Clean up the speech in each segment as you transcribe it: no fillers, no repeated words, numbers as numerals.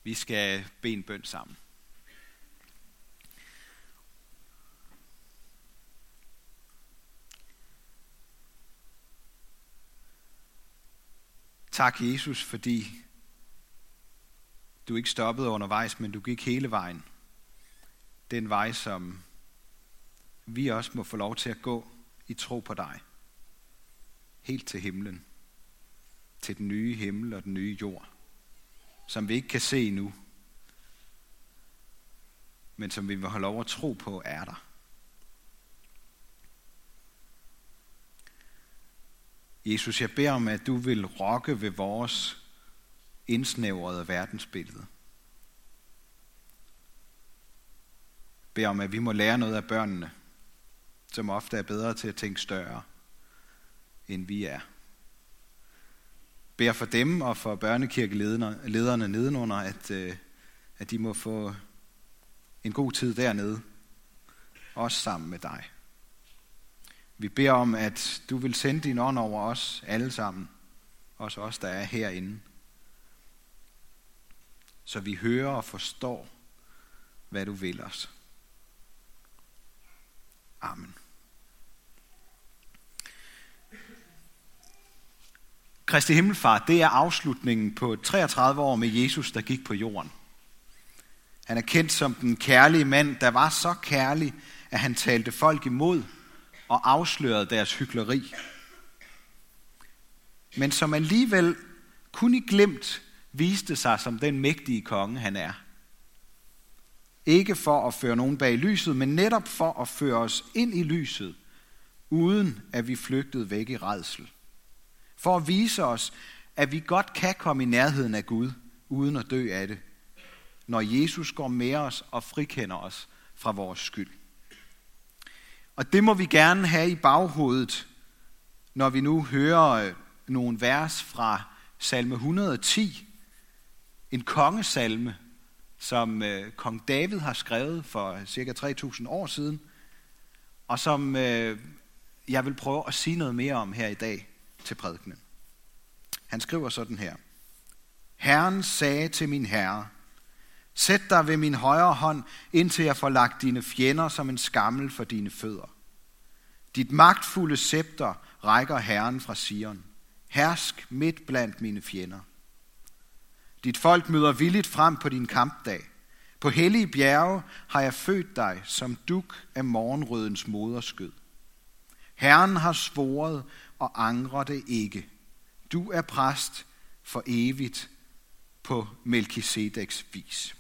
Vi skal bede en bøn sammen. Tak, Jesus, fordi du ikke stoppede undervejs, men du gik hele vejen. Den vej, som vi også må få lov til at gå i tro på dig. Helt til himlen. Til den nye himmel og den nye jord. Som vi ikke kan se endnu, men som vi vil have lov at tro på er der. Jesus, jeg beder om, at du vil rokke ved vores indsnævrede verdensbillede. Jeg beder om, at vi må lære noget af børnene, som ofte er bedre til at tænke større, end vi er. Beder for dem og for børnekirkelederne nedenunder, at de må få en god tid dernede, også sammen med dig. Vi beder om, at du vil sende din ånd over os alle sammen, også os, der er herinde, så vi hører og forstår, hvad du vil os. Amen. Kristi himmelfart, det er afslutningen på 33 år med Jesus, der gik på jorden. Han er kendt som den kærlige mand, der var så kærlig, at han talte folk imod og afslørede deres hykleri. Men som alligevel kun i glimt viste sig som den mægtige konge, han er. Ikke for at føre nogen bag lyset, men netop for at føre os ind i lyset, uden at vi flygtede væk i rædsel. For at vise os, at vi godt kan komme i nærheden af Gud, uden at dø af det, når Jesus går med os og frikender os fra vores skyld. Og det må vi gerne have i baghovedet, når vi nu hører nogle vers fra salme 110, en kongesalme, som kong David har skrevet for cirka 3.000 år siden, og som jeg vil prøve at sige noget mere om her i dag til prædikenen. Han skriver sådan her: Herren sagde til min herre, sæt dig ved min højre hånd, indtil jeg får lagt dine fjender som en skammel for dine fødder. Dit magtfulde scepter rækker Herren fra Sion. Hersk midt blandt mine fjender. Dit folk møder villigt frem på din kampdag. På hellige bjerge har jeg født dig som dug af morgenrødens moderskød. Herren har svoret og angrer det ikke. Du er præst for evigt på Melkisedeks vis.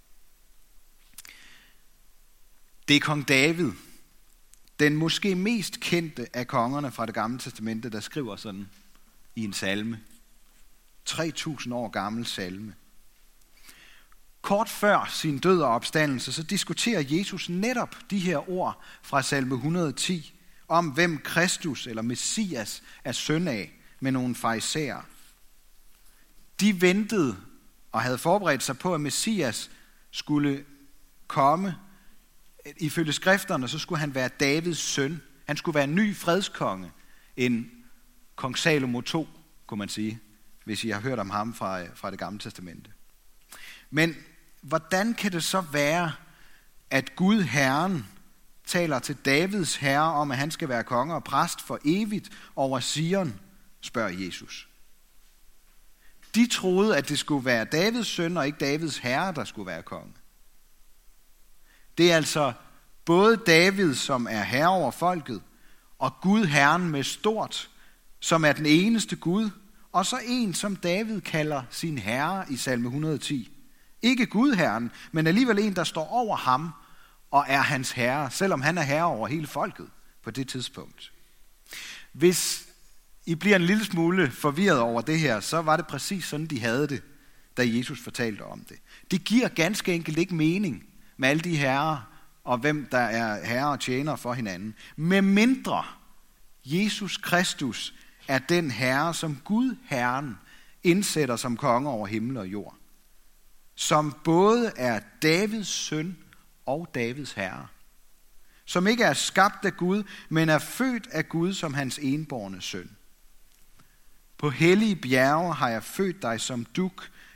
Det er kong David, den måske mest kendte af kongerne fra det gamle testamente, der skriver sådan i en salme. 3.000 år gammel salme. Kort før sin død og opstandelse, så diskuterer Jesus netop de her ord fra salme 110, om hvem Kristus eller Messias er søn af med nogle farisæer. De ventede og havde forberedt sig på, at Messias skulle komme. Ifølge skrifterne, så skulle han være Davids søn. Han skulle være en ny fredskonge, en kong Salomo II, kunne man sige, hvis I har hørt om ham fra det gamle testamente. Men hvordan kan det så være, at Gud Herren taler til Davids herre om, at han skal være konge og præst for evigt over Sion, spørger Jesus. De troede, at det skulle være Davids søn og ikke Davids herre, der skulle være konge. Det er altså både David, som er herre over folket, og Gud Herren med stort, som er den eneste Gud, og så en, som David kalder sin herre i salme 110. Ikke Gud Herren, men alligevel en, der står over ham og er hans herre, selvom han er herre over hele folket på det tidspunkt. Hvis I bliver en lille smule forvirret over det her, så var det præcis sådan, de havde det, da Jesus fortalte om det. Det giver ganske enkelt ikke mening med alle de herrer, og hvem der er herrer og tjenere for hinanden. Med mindre Jesus Kristus er den herre, som Gud Herren indsætter som konge over himmel og jord. Som både er Davids søn og Davids herre. Som ikke er skabt af Gud, men er født af Gud som hans enbårne søn. På hellige bjerge har jeg født dig som dug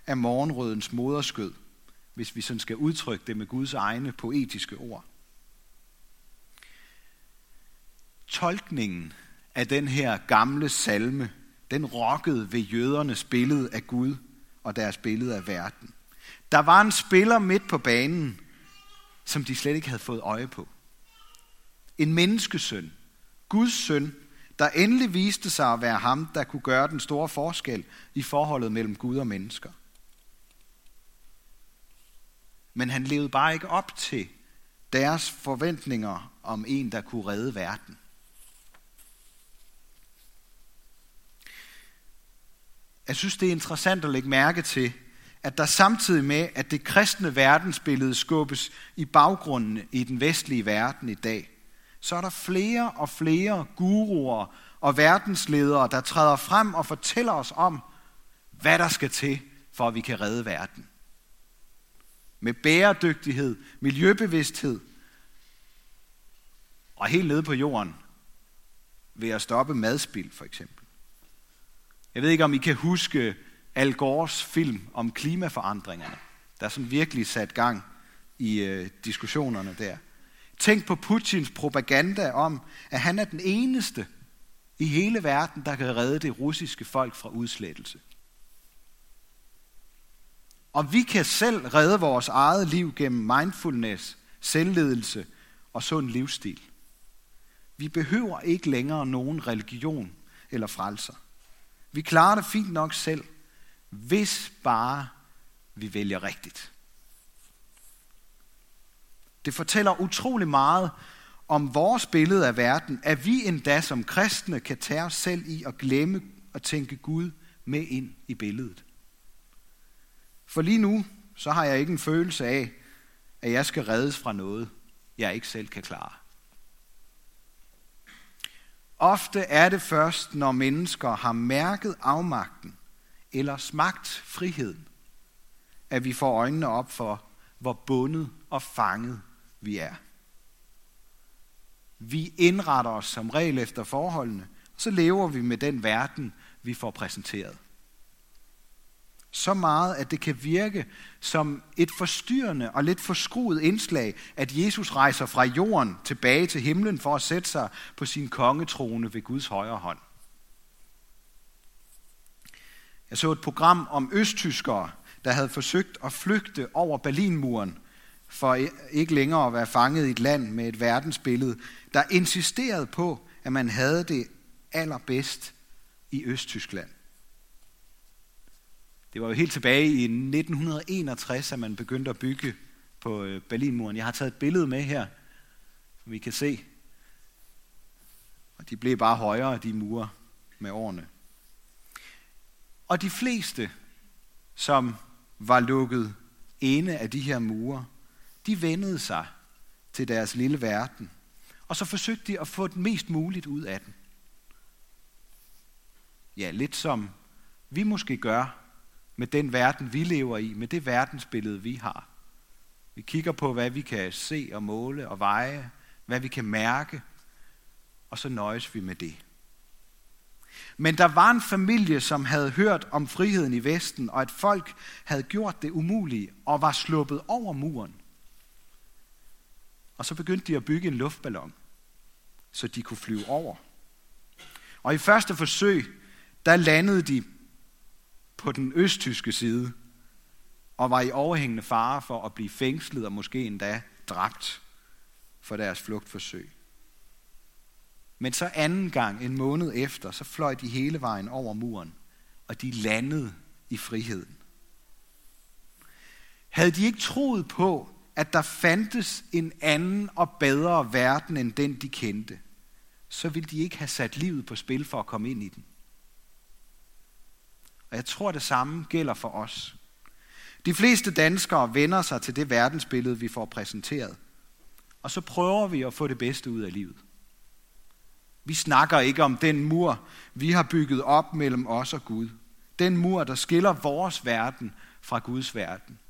af morgenrødens moderskød, hvis vi sådan skal udtrykke det med Guds egne poetiske ord. Tolkningen af den her gamle salme, den rokkede ved jødernes billede af Gud og deres billede af verden. Der var en spiller midt på banen, som de slet ikke havde fået øje på. En menneskesøn, Guds søn, der endelig viste sig at være ham, der kunne gøre den store forskel i forholdet mellem Gud og mennesker. Men han levede bare ikke op til deres forventninger om en, der kunne redde verden. Jeg synes, det er interessant at lægge mærke til, at der samtidig med, at det kristne verdensbillede skubbes i baggrunden i den vestlige verden i dag, så er der flere og flere guruer og verdensledere, der træder frem og fortæller os om, hvad der skal til, for at vi kan redde verden. Med bæredygtighed, miljøbevidsthed og helt nede på jorden ved at stoppe madspild for eksempel. Jeg ved ikke, om I kan huske Al Gores film om klimaforandringerne, der sådan virkelig sat gang i diskussionerne der. Tænk på Putins propaganda om, at han er den eneste i hele verden, der kan redde det russiske folk fra udslettelse. Og vi kan selv redde vores eget liv gennem mindfulness, selvledelse og sund livsstil. Vi behøver ikke længere nogen religion eller frelser. Vi klarer det fint nok selv, hvis bare vi vælger rigtigt. Det fortæller utrolig meget om vores billede af verden, at vi endda som kristne kan tage os selv i at glemme at tænke Gud med ind i billedet. For lige nu, så har jeg ikke en følelse af, at jeg skal reddes fra noget, jeg ikke selv kan klare. Ofte er det først, når mennesker har mærket afmagten eller smagt friheden, at vi får øjnene op for, hvor bundet og fanget vi er. Vi indretter os som regel efter forholdene, og så lever vi med den verden, vi får præsenteret. Så meget, at det kan virke som et forstyrrende og lidt forskruet indslag, at Jesus rejser fra jorden tilbage til himlen for at sætte sig på sin kongetrone ved Guds højre hånd. Jeg så et program om østtyskere, der havde forsøgt at flygte over Berlinmuren, for ikke længere at være fanget i et land med et verdensbillede, der insisterede på, at man havde det allerbedst i Østtyskland. Det var jo helt tilbage i 1961, at man begyndte at bygge på Berlinmuren. Jeg har taget et billede med her, som vi kan se. Og de blev bare højere, de mure, med årene. Og de fleste, som var lukket inde af de her mure, de vendede sig til deres lille verden. Og så forsøgte de at få det mest muligt ud af den. Ja, lidt som vi måske gør med den verden, vi lever i, med det verdensbillede, vi har. Vi kigger på, hvad vi kan se og måle og veje, hvad vi kan mærke, og så nøjes vi med det. Men der var en familie, som havde hørt om friheden i Vesten, og et folk havde gjort det umulige og var sluppet over muren. Og så begyndte de at bygge en luftballon, så de kunne flyve over. Og i første forsøg, der landede de på den østtyske side, og var i overhængende fare for at blive fængslet og måske endda dræbt for deres flugtforsøg. Men så anden gang, en måned efter, så fløj de hele vejen over muren, og de landede i friheden. Havde de ikke troet på, at der fandtes en anden og bedre verden end den, de kendte, så ville de ikke have sat livet på spil for at komme ind i den. Og jeg tror, det samme gælder for os. De fleste danskere vender sig til det verdensbillede, vi får præsenteret. Og så prøver vi at få det bedste ud af livet. Vi snakker ikke om den mur, vi har bygget op mellem os og Gud. Den mur, der skiller vores verden fra Guds verden.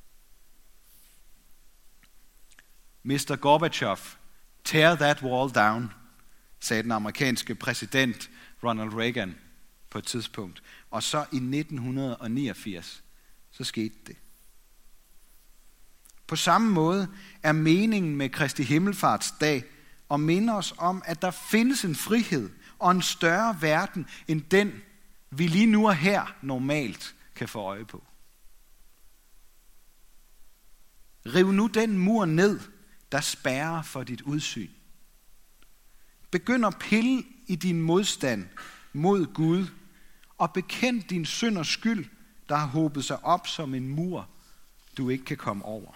Mr. Gorbachev, tear that wall down, sagde den amerikanske præsident Ronald Reagan på et tidspunkt. Og så i 1989, så skete det. På samme måde er meningen med Kristi Himmelfartsdag at minde os om, at der findes en frihed og en større verden, end den, vi lige nu og her normalt kan få øje på. Riv nu den mur ned, der spærrer for dit udsyn. Begynd at pille i din modstand mod Gud, og bekend din synd og skyld, der har hobet sig op som en mur, du ikke kan komme over.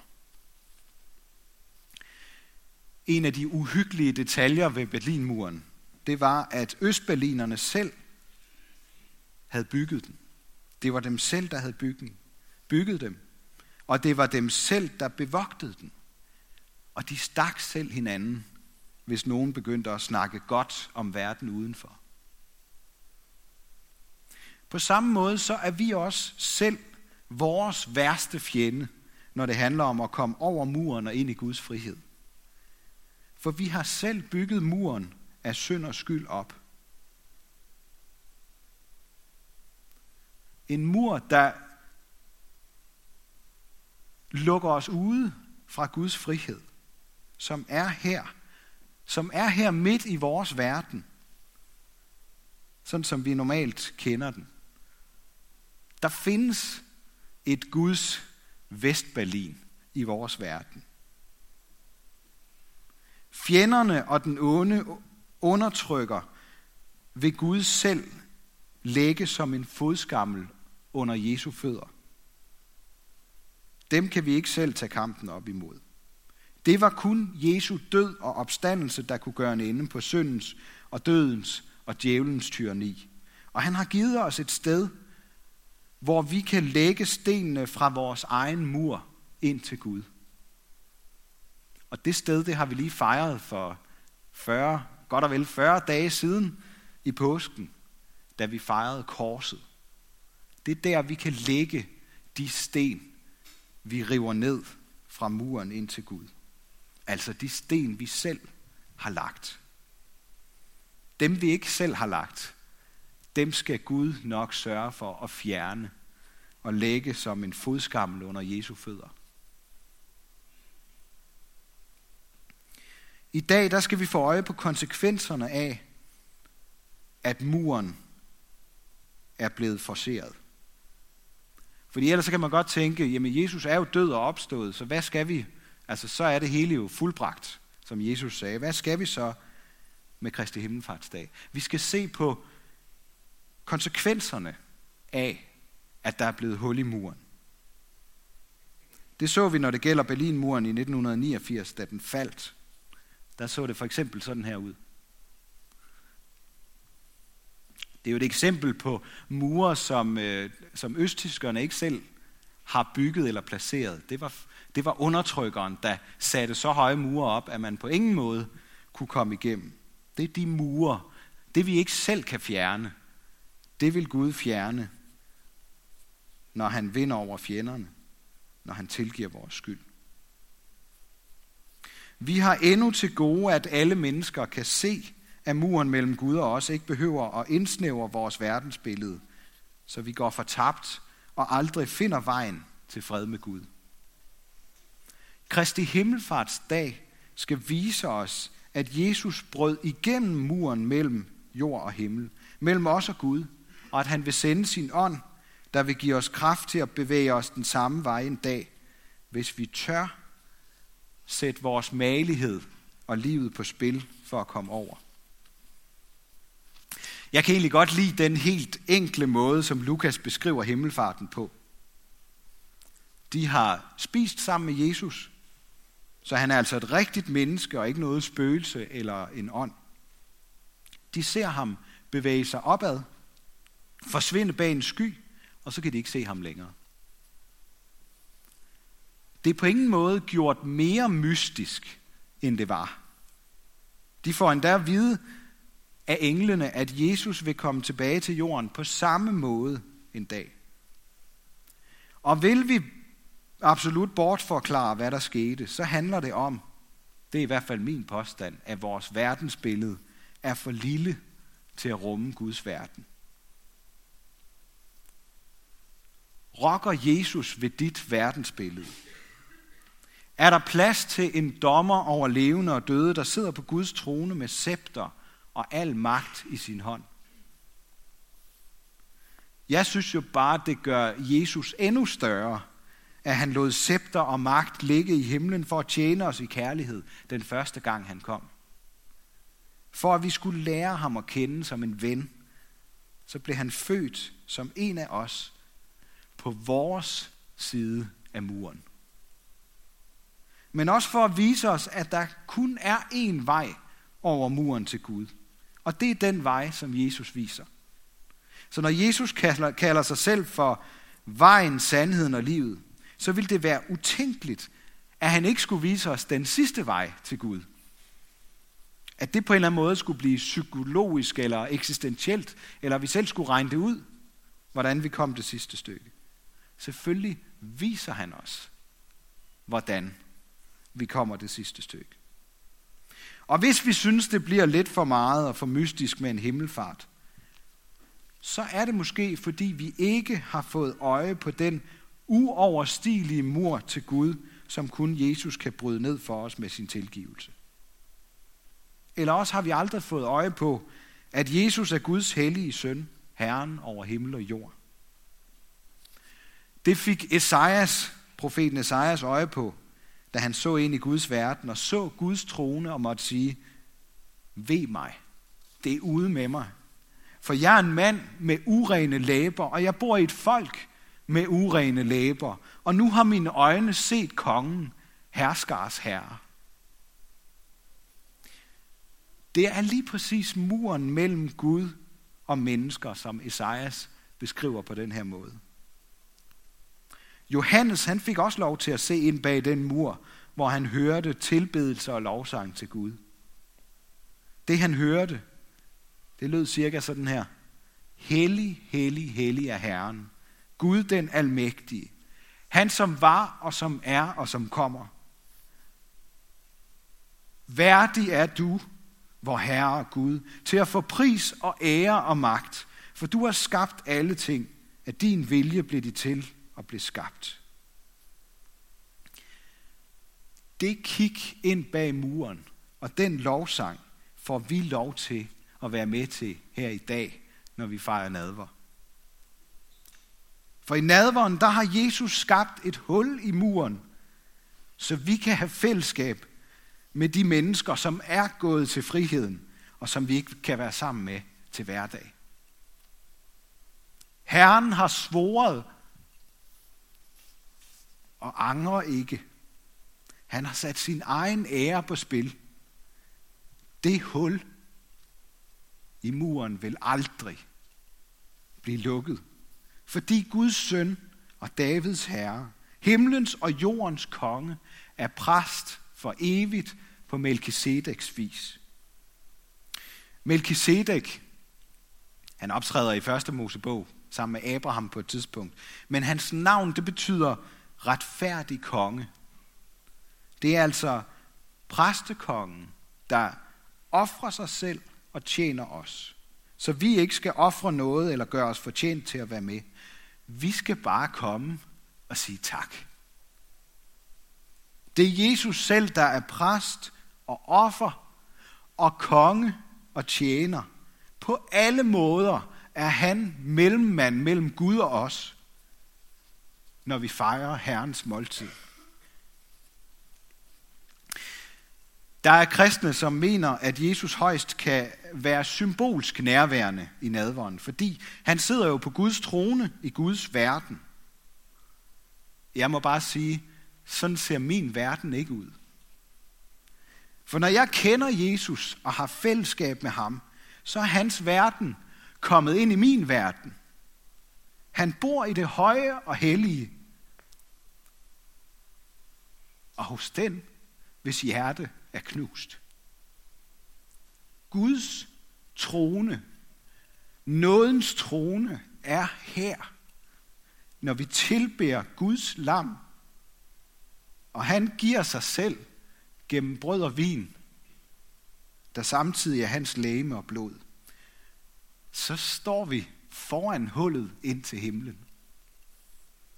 En af de uhyggelige detaljer ved Berlinmuren, det var, at østberlinerne selv havde bygget den. Det var dem selv, der havde bygget dem. Og det var dem selv, der bevogtede den. Og de stak selv hinanden, hvis nogen begyndte at snakke godt om verden udenfor. På samme måde så er vi også selv vores værste fjende, når det handler om at komme over muren og ind i Guds frihed. For vi har selv bygget muren af synd og skyld op. En mur, der lukker os ude fra Guds frihed, som er her midt i vores verden, sådan som vi normalt kender den. Der findes et Guds Vestberlin i vores verden. Fjenderne og den onde undertrykker vil Gud selv lægge som en fodskammel under Jesu fødder. Dem kan vi ikke selv tage kampen op imod. Det var kun Jesu død og opstandelse, der kunne gøre en ende på syndens og dødens og djævelens tyranni. Og han har givet os et sted, hvor vi kan lægge stenene fra vores egen mur ind til Gud. Og det sted, det har vi lige fejret for godt og vel 40 dage siden i påsken, da vi fejrede korset. Det er der, vi kan lægge de sten, vi river ned fra muren ind til Gud. Altså de sten, vi selv har lagt. Dem, vi ikke selv har lagt, dem skal Gud nok sørge for at fjerne og lægge som en fodskammel under Jesu fødder. I dag der skal vi få øje på konsekvenserne af, at muren er blevet forceret. Fordi ellers så kan man godt tænke, jamen Jesus er jo død og opstået, så hvad skal vi? Altså så er det hele jo fuldbragt, som Jesus sagde. Hvad skal vi så med Kristi Himmelfartsdag? Vi skal se på konsekvenserne af, at der er blevet hul i muren. Det så vi, når det gælder Berlinmuren i 1989, da den faldt. Der så det for eksempel sådan her ud. Det er jo et eksempel på mure, som østtyskerne ikke selv har bygget eller placeret. Det var undertrykkeren, der satte så høje mure op, at man på ingen måde kunne komme igennem. Det er de mure, det vi ikke selv kan fjerne, det vil Gud fjerne, når han vinder over fjenderne, når han tilgiver vores skyld. Vi har endnu til gode, at alle mennesker kan se, at muren mellem Gud og os ikke behøver at indsnævre vores verdensbillede, så vi går fortabt og aldrig finder vejen til fred med Gud. Kristi Himmelfartsdag skal vise os, at Jesus brød igennem muren mellem jord og himmel, mellem os og Gud, og at han vil sende sin ånd, der vil give os kraft til at bevæge os den samme vej en dag, hvis vi tør sætte vores magelighed og livet på spil for at komme over. Jeg kan egentlig godt lide den helt enkle måde, som Lukas beskriver himmelfarten på. De har spist sammen med Jesus, så han er altså et rigtigt menneske og ikke noget spøgelse eller en ånd. De ser ham bevæge sig opad, forsvinde bag en sky, og så kan de ikke se ham længere. Det er på ingen måde gjort mere mystisk, end det var. De får endda at vide af englene, at Jesus vil komme tilbage til jorden på samme måde en dag. Og vil vi absolut bortforklare, hvad der skete, så handler det om, det er i hvert fald min påstand, at vores verdensbillede er for lille til at rumme Guds verden. rokker Jesus ved dit verdensbillede? Er der plads til en dommer over levende og døde, der sidder på Guds trone med scepter og al magt i sin hånd? Jeg synes jo bare, det gør Jesus endnu større, at han lod scepter og magt ligge i himlen for at tjene os i kærlighed den første gang han kom. For at vi skulle lære ham at kende som en ven, så blev han født som en af os på vores side af muren. Men også for at vise os, at der kun er én vej over muren til Gud. Og det er den vej, som Jesus viser. Så når Jesus kalder sig selv for vejen, sandheden og livet, så vil det være utænkeligt, at han ikke skulle vise os den sidste vej til Gud. At det på en eller anden måde skulle blive psykologisk eller eksistentielt, eller vi selv skulle regne det ud, hvordan vi kom det sidste stykke. Selvfølgelig viser han os, hvordan vi kommer det sidste stykke. Og hvis vi synes, det bliver lidt for meget og for mystisk med en himmelfart, så er det måske, fordi vi ikke har fået øje på den uoverstigelige mur til Gud, som kun Jesus kan bryde ned for os med sin tilgivelse. Eller også har vi aldrig fået øje på, at Jesus er Guds hellige søn, Herren over himmel og jord. Det fik profeten Esajas øje på, da han så ind i Guds verden og så Guds trone og måtte sige, ved mig, det er ude med mig. For jeg er en mand med urene læber, og jeg bor i et folk med urene læber. Og nu har mine øjne set kongen, herskers herre. Det er lige præcis muren mellem Gud og mennesker, som Esajas beskriver på den her måde. Johannes, han fik også lov til at se ind bag den mur, hvor han hørte tilbedelse og lovsang til Gud. Det han hørte, det lød cirka sådan her. Hellig, hellig, hellig er Herren, Gud den almægtige, han som var og som er og som kommer. Værdig er du, vor Herre Gud, til at få pris og ære og magt, for du har skabt alle ting, at din vilje blev de til og blev skabt. Det kig ind bag muren, og den lovsang får vi lov til at være med til her i dag, når vi fejrer nadver. For i nadveren, der har Jesus skabt et hul i muren, så vi kan have fællesskab med de mennesker, som er gået til friheden, og som vi ikke kan være sammen med til hverdag. Herren har svoret og angrer ikke. Han har sat sin egen ære på spil. Det hul i muren vil aldrig blive lukket, fordi Guds søn og Davids herre, himlens og jordens konge, er præst for evigt på Melkisedeks vis. Melkisedek, han optræder i 1. Mosebog sammen med Abraham på et tidspunkt, men hans navn, det betyder retfærdig konge. Det er altså præstekongen, der ofrer sig selv og tjener os, så vi ikke skal ofre noget eller gøre os fortjent til at være med. Vi skal bare komme og sige tak. Det er Jesus selv, der er præst og offer og konge og tjener. På alle måder er han mellemmand mellem Gud og os, når vi fejrer Herrens måltid. Der er kristne, som mener, at Jesus højst kan være symbolsk nærværende i nadveren, fordi han sidder jo på Guds trone i Guds verden. Jeg må bare sige, sådan ser min verden ikke ud. For når jeg kender Jesus og har fællesskab med ham, så er hans verden kommet ind i min verden. Han bor i det høje og hellige. Og hos den, hvis hjerte er knust. Guds trone, nådens trone, er her, når vi tilbeder Guds lam, og han giver sig selv gennem brød og vin, der samtidig er hans legeme og blod. Så står vi foran hullet ind til himlen.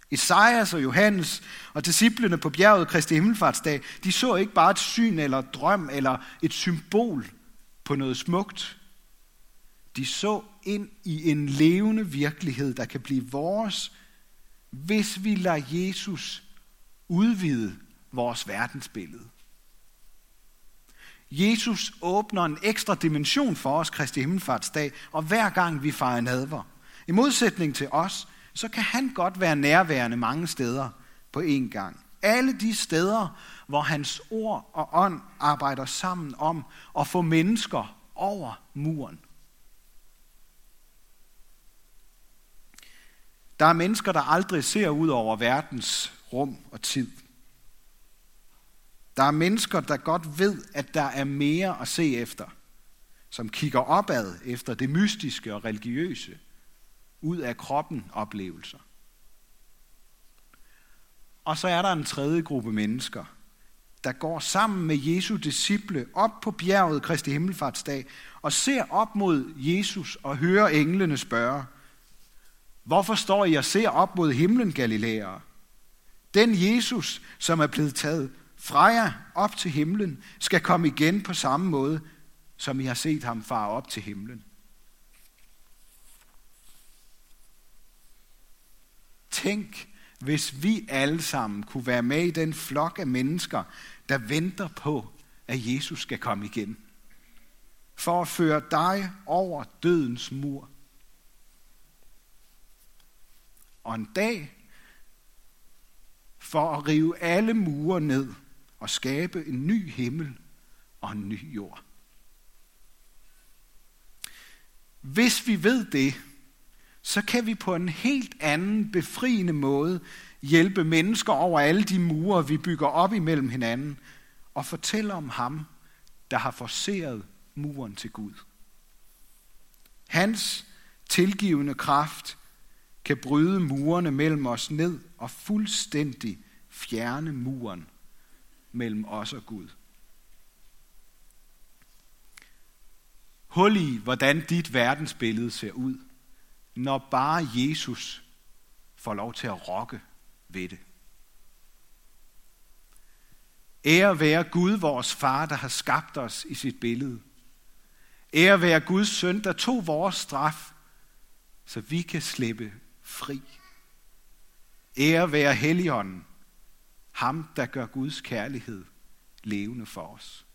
Esajas og Johannes og disciplene på bjerget Kristi Himmelfartsdag, de så ikke bare et syn eller drøm eller et symbol på noget smukt. De så ind i en levende virkelighed, der kan blive vores, hvis vi lader Jesus udvide vores verdensbillede. Jesus åbner en ekstra dimension for os Kristi Himmelfartsdag, og hver gang vi fejrer nadver. I modsætning til os, så kan han godt være nærværende mange steder på én gang. Alle de steder, hvor hans ord og ånd arbejder sammen om at få mennesker over muren. Der er mennesker, der aldrig ser ud over verdens rum og tid. Der er mennesker, der godt ved, at der er mere at se efter, som kigger opad efter det mystiske og religiøse, ud af kroppen oplevelser. Og så er der en tredje gruppe mennesker, der går sammen med Jesu disciple op på bjerget Kristi Himmelfartsdag og ser op mod Jesus og hører englene spørge: hvorfor står I og ser op mod himlen, Galilæere? Den Jesus, som er blevet taget fra jer op til himlen, skal komme igen på samme måde, som I har set ham fare op til himlen. Tænk, hvis vi alle sammen kunne være med i den flok af mennesker, der venter på, at Jesus skal komme igen. For at føre dig over dødens mur. Og en dag for at rive alle mure ned og skabe en ny himmel og en ny jord. Hvis vi ved det, så kan vi på en helt anden befriende måde hjælpe mennesker over alle de mure, vi bygger op imellem hinanden, og fortælle om ham, der har forceret muren til Gud. Hans tilgivende kraft kan bryde murene mellem os ned og fuldstændig fjerne muren mellem os og Gud. Hul i, hvordan dit verdensbillede ser ud, når bare Jesus får lov til at rokke ved det. Ære være Gud, vores far, der har skabt os i sit billede. Ære være Guds søn, der tog vores straf, så vi kan slippe fri. Ære være Helligånden, ham der gør Guds kærlighed levende for os.